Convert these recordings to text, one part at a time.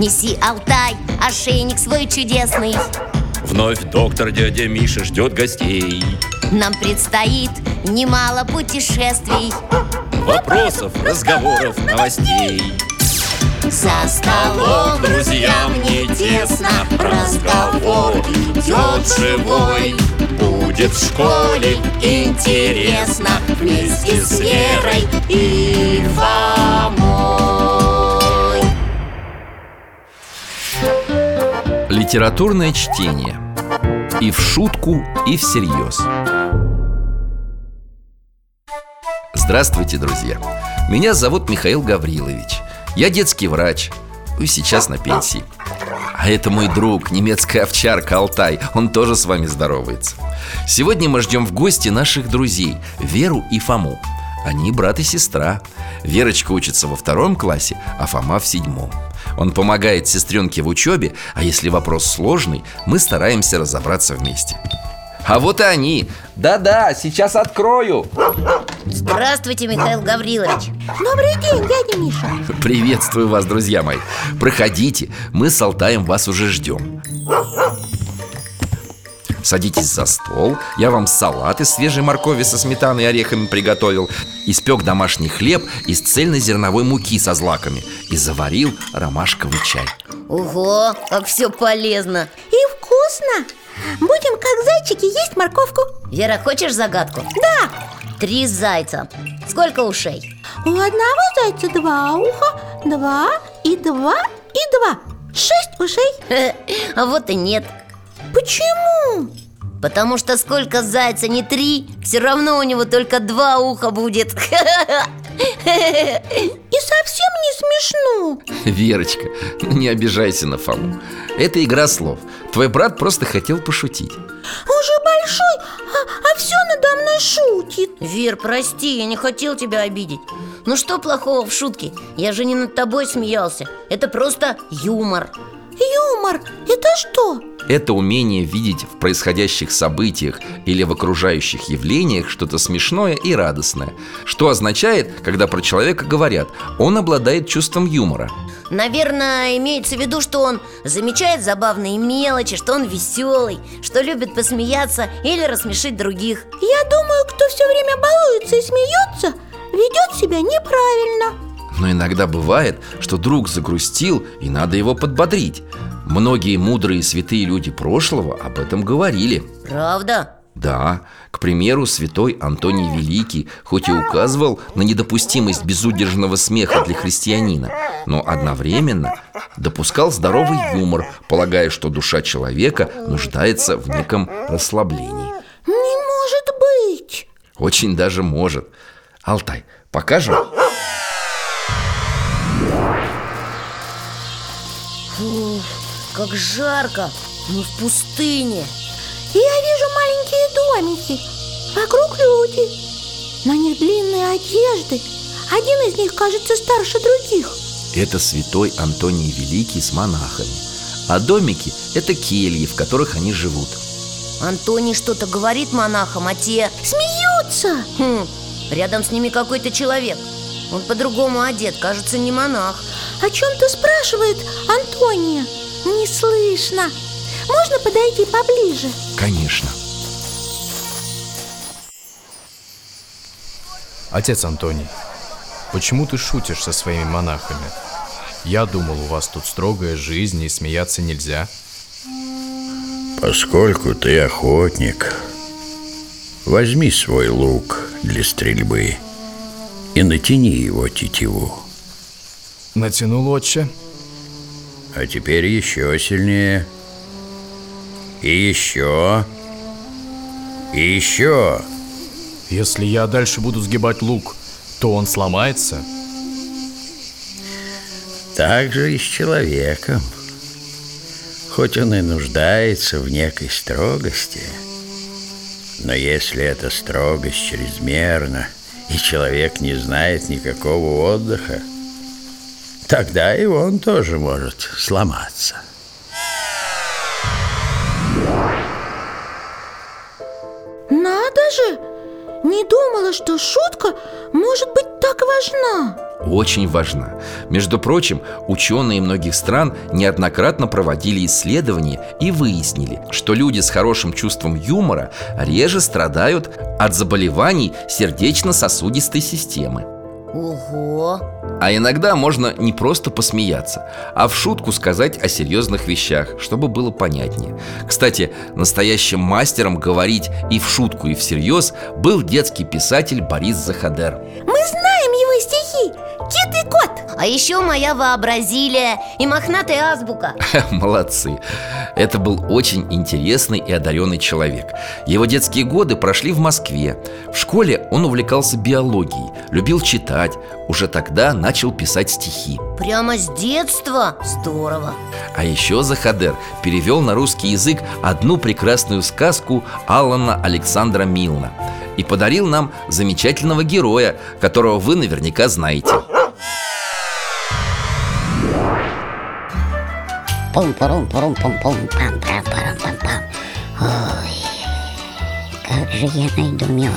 Неси, Алтай, ошейник свой чудесный. Вновь доктор дядя Миша ждет гостей. Нам предстоит немало путешествий, Вопросов, разговоров, новостей. за столом Друзьям не тесно, разговор идет живой. Будет в школе интересно вместе с Верой и Фомой. Литературное чтение. И в шутку, и всерьез. Здравствуйте, друзья! Меня зовут Михаил Гаврилович. Я детский врач, сейчас на пенсии. А это мой друг, немецкая овчарка Алтай. Он тоже с вами здоровается. Сегодня мы ждем в гости наших друзей Веру и Фому. Они брат и сестра. Верочка учится во 2 классе, а Фома в 7. Он помогает сестренке в учебе, а если вопрос сложный, мы стараемся разобраться вместе. А вот и они. Да-да, сейчас открою. Здравствуйте, Михаил Гаврилович. Добрый день, дядя Миша. Приветствую вас, друзья мои. Проходите, мы с Алтаем вас уже ждем. Садитесь за стол. Я вам салат из свежей моркови со сметаной и орехами приготовил. Испек домашний хлеб из цельнозерновой муки со злаками и заварил ромашковый чай. Ого, как все полезно. И вкусно. Будем, как зайчики, есть морковку. Вера, хочешь загадку? Да. 3 зайца. Сколько ушей? У одного зайца 2 уха, 2 и 2 и 2. 6 ушей. А вот и нет. Почему? Потому что сколько зайца не 3, все равно у него только 2 уха будет. И совсем не смешно. Верочка, не обижайся на Фому. Это игра слов. Твой брат просто хотел пошутить. Уже большой, а все надо мной шутит. Вер, прости, я не хотел тебя обидеть. Ну что плохого в шутке? Я же не над тобой смеялся. Это просто юмор. Юмор, это что? Это умение видеть в происходящих событиях или в окружающих явлениях что-то смешное и радостное. Что означает, когда про человека говорят: он обладает чувством юмора. Наверное, имеется в виду, что он замечает забавные мелочи, что он веселый, что любит посмеяться или рассмешить других. Я думаю, кто все время балуется и смеется, ведет себя неправильно. Но иногда бывает, что друг загрустил, и надо его подбодрить. Многие мудрые святые люди прошлого об этом говорили. Правда? Да, к примеру, святой Антоний Великий хоть и указывал на недопустимость безудержного смеха для христианина, но одновременно допускал здоровый юмор, полагая, что душа человека нуждается в неком расслаблении. Не может быть. Очень даже может. Алтай, покажем? Фу, как жарко, мы в пустыне. И я вижу маленькие домики. Вокруг люди. На них длинные одежды. Один из них кажется старше других. Это святой Антоний Великий с монахами. А домики – это кельи, в которых они живут. Антоний что-то говорит монахам, а те... Смеются. Рядом с ними какой-то человек. Он по-другому одет, кажется, не монах. О чем-то спрашивает Антония. Не слышно. Можно подойти поближе? Конечно. Отец Антоний, почему ты шутишь со своими монахами? Я думал, у вас тут строгая жизнь и смеяться нельзя. Поскольку ты охотник, возьми свой лук для стрельбы и натяни его тетиву. Натянул, отче. А теперь еще сильнее. И еще. И еще. Если я дальше буду сгибать лук, то он сломается. Так же и с человеком. Хоть он и нуждается в некой строгости, но если эта строгость чрезмерна, и человек не знает никакого отдыха, тогда и он тоже может сломаться. Надо же! Не думала, что шутка может быть так важна. очень важна. Между прочим, ученые многих стран неоднократно проводили исследования и выяснили, что люди с хорошим чувством юмора реже страдают от заболеваний сердечно-сосудистой системы. Ого! А иногда можно не просто посмеяться, а в шутку сказать о серьезных вещах, чтобы было понятнее. Кстати, настоящим мастером говорить и в шутку, и всерьез был детский писатель Борис Захадер. Мы знаем его стихи. Кит и кот. А еще моя вообразилия и мохнатая азбука. Молодцы. Это был очень интересный и одаренный человек. Его детские годы прошли в Москве. В школе он увлекался биологией, любил читать. Уже тогда начал писать стихи. Прямо с детства? Здорово. А еще Захадер перевел на русский язык одну прекрасную сказку Алана Александра Милна и подарил нам замечательного героя, которого вы наверняка знаете. Пум-пурум-пурум-пум-пум-пам-пам-пам-пам-пам. Ой, как же я найду мед?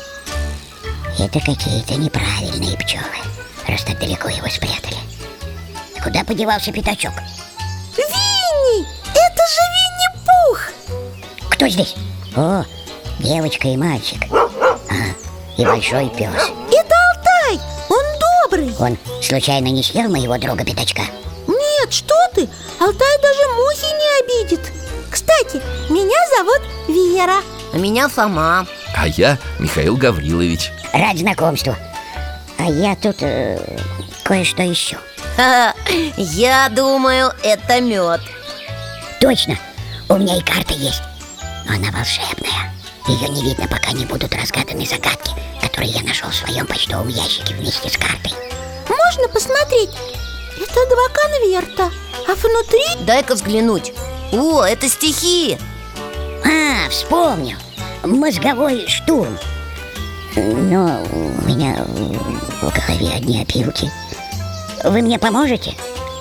Это какие-то неправильные пчелы, раз так далеко его спрятали. Куда подевался пятачок? Винни! Это же Винни-Пух! Кто здесь? О, девочка и мальчик. Ага, и большой пес. Это Алтай! Он добрый! Он случайно не съел моего друга пятачка? Нет, что ты! Алтай даже мухи не обидит. Кстати, меня зовут Вера. А меня Фома. А я Михаил Гаврилович. Рад знакомству. А я тут кое-что ищу. Я думаю, это мед. Точно, у меня и карта есть. Но она волшебная. Ее не видно, пока не будут разгаданы загадки, которые я нашел в своем почтовом ящике вместе с картой. Можно посмотреть? Это 2 конверта. А внутри... Дай-ка взглянуть. О, это стихи. А, вспомнил. Мозговой штурм. Но у меня в голове одни опилки. Вы мне поможете?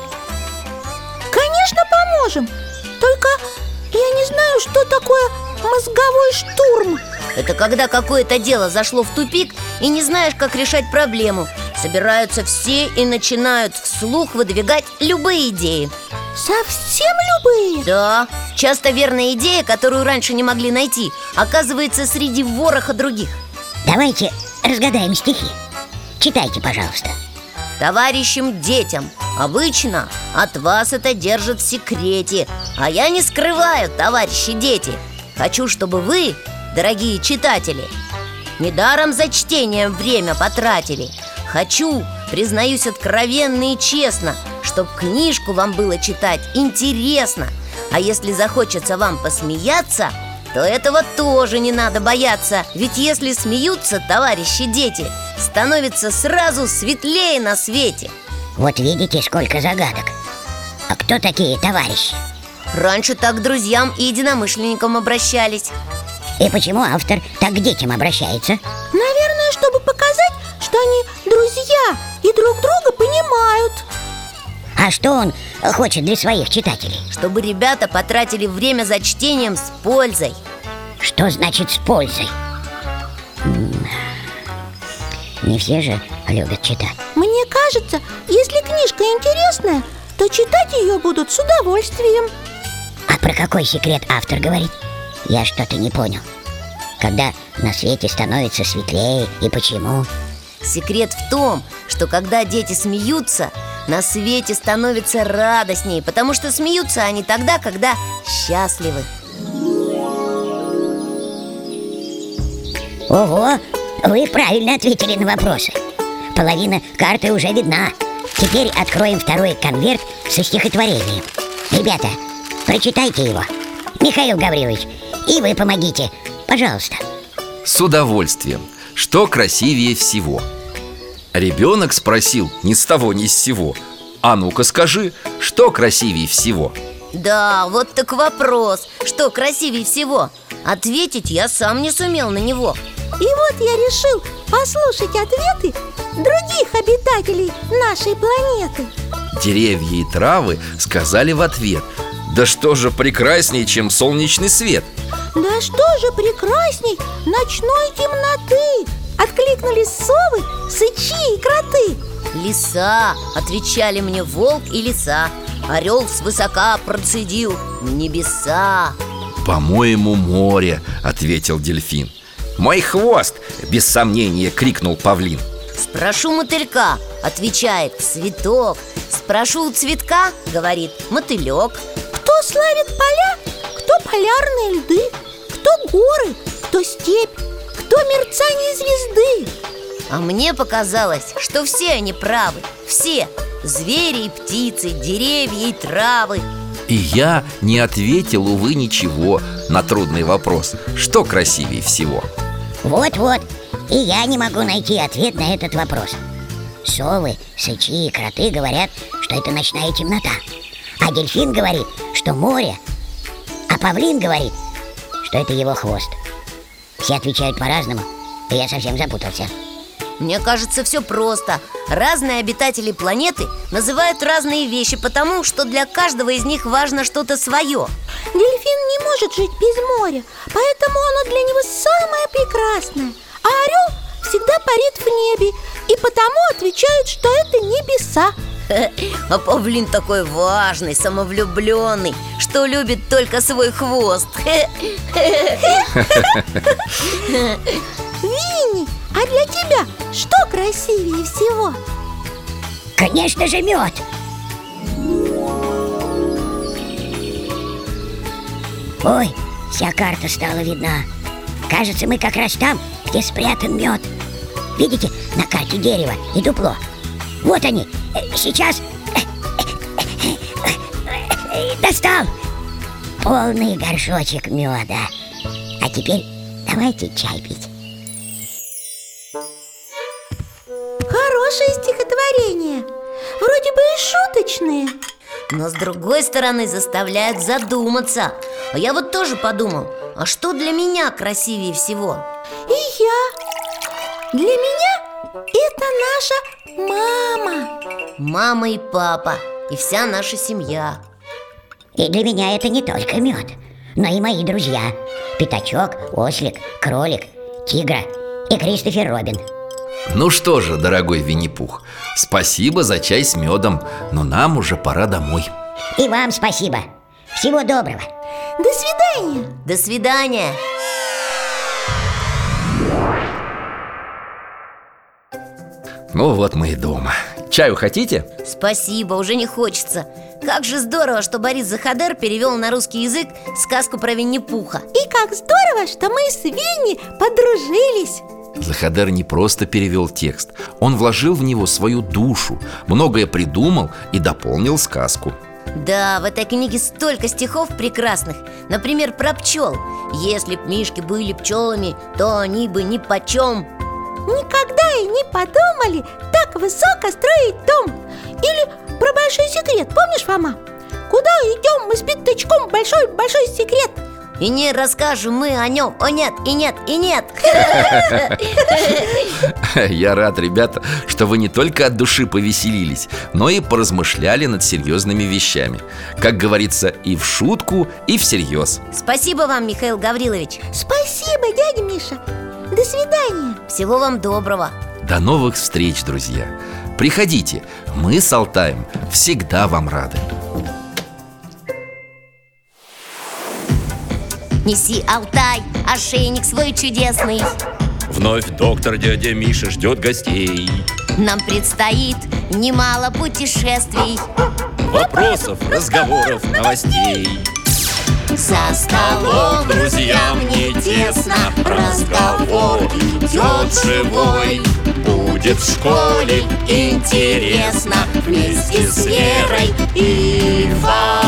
Конечно, поможем. Только я не знаю, что такое мозговой штурм. Это когда какое-то дело зашло в тупик и не знаешь, как решать проблему. Собираются все и начинают вслух выдвигать любые идеи. Совсем любые? Да, часто верная идея, которую раньше не могли найти, оказывается среди вороха других. Давайте разгадаем стихи. Читайте, пожалуйста. Товарищам детям, обычно от вас это держат в секрете. А я не скрываю, товарищи дети. Хочу, чтобы вы, дорогие читатели, недаром за чтением время потратили. Хочу, признаюсь откровенно и честно, чтоб книжку вам было читать интересно. А если захочется вам посмеяться, то этого тоже не надо бояться. Ведь если смеются, товарищи дети, становится сразу светлее на свете. Вот видите, сколько загадок. А кто такие товарищи? Раньше так к друзьям и единомышленникам обращались. И почему автор так к детям обращается? Наверное, чтобы показать, что они друзья и друг друга понимают. А что он хочет для своих читателей? Чтобы ребята потратили время за чтением с пользой. Что значит с пользой? Не все же любят читать. Мне кажется, если книжка интересная, то читать ее будут с удовольствием. А про какой секрет автор говорит? Я что-то не понял. Когда на свете становится светлее и почему? Секрет в том, что когда дети смеются, на свете становится радостнее, потому что смеются они тогда, когда счастливы. Ого, вы правильно ответили на вопросы. Половина карты уже видна. Теперь откроем второй конверт со стихотворением. Ребята, прочитайте его. Михаил Гаврилович, и вы помогите, пожалуйста. С удовольствием. Что красивее всего? Ребенок спросил ни с того ни с сего. А ну-ка скажи, что красивее всего? Да, вот так вопрос. Что красивее всего? Ответить я сам не сумел на него. И вот я решил послушать ответы других обитателей нашей планеты. Деревья и травы сказали в ответ: да что же прекраснее, чем солнечный свет? Да что же прекрасней ночной темноты? Откликнулись совы, сычи и кроты. Лиса, отвечали мне волк и лиса. Орел свысока процедил: небеса. По-моему, море, ответил дельфин. Мой хвост, без сомнения, крикнул павлин. Спрошу мотылька, отвечает: цветок. Спрошу у цветка, говорит: мотылек. Кто славит поля, кто полярные льды, кто горы, кто степь, кто мерцание звезды. А мне показалось, что все они правы. Все: звери и птицы, деревья и травы. И я не ответил, увы, ничего на трудный вопрос: что красивее всего? Вот-вот, и я не могу найти ответ на этот вопрос. Совы, сычи и кроты говорят, что это ночная темнота. А дельфин говорит, что море. А павлин говорит, что это его хвост. Все отвечают по-разному, и я совсем запутался. Мне кажется, все просто. Разные обитатели планеты называют разные вещи, потому что для каждого из них важно что-то свое. Дельфин не может жить без моря, поэтому оно для него самое прекрасное. А орел всегда парит в небе, и потому отвечают, что это небеса. А павлин такой важный, самовлюбленный, что любит только свой хвост. Винни, а для тебя что красивее всего? Конечно же, мед. Ой, вся карта стала видна. Кажется, мы как раз там, где спрятан мед. Видите, на карте дерево и дупло. Вот они, сейчас. Достал полный горшочек меда. А теперь давайте чай пить. Хорошее стихотворение. Вроде бы и шуточные. Но с другой стороны заставляют задуматься. А я вот тоже подумал, а что для меня красивее всего? И я. Для меня это наша мама. Мама и папа, и вся наша семья. И для меня это не только мед, но и мои друзья: Пятачок, Ослик, Кролик, Тигра и Кристофер Робин. Ну что же, дорогой Винни-Пух, спасибо за чай с медом, но нам уже пора домой. И вам спасибо. Всего доброго. До свидания. До свидания. Ну вот мы и дома. Чаю хотите? Спасибо, уже не хочется. Как же здорово, что Борис Захадер перевел на русский язык сказку про Винни-Пуха. И как здорово, что мы с Винни подружились. Захадер не просто перевел текст, он вложил в него свою душу, многое придумал и дополнил сказку. Да, в этой книге столько стихов прекрасных. Например, про пчел. Если б мишки были пчелами, то они бы ни почем. Никогда и не подумали так высоко строить дом. Или про большой секрет, помнишь, Фома? Куда идем мы с Пятачком, большой-большой секрет. И не расскажем мы о нем. О нет, и нет, и нет. Я рад, ребята, что вы не только от души повеселились, но и поразмышляли над серьезными вещами. Как говорится, и в шутку, и всерьез. Спасибо вам, Михаил Гаврилович. Спасибо, дядя Миша. До свидания. Всего вам доброго. До новых встреч, друзья. Приходите, мы с Алтаем всегда вам рады. Неси, Алтай, ошейник свой чудесный. Вновь доктор дядя Миша ждет гостей. Нам предстоит немало путешествий. Вопросов, разговоров, новостей. За столом Друзьям не тесно, разговор идет живой. Будет в школе интересно вместе с Верой и Иваном.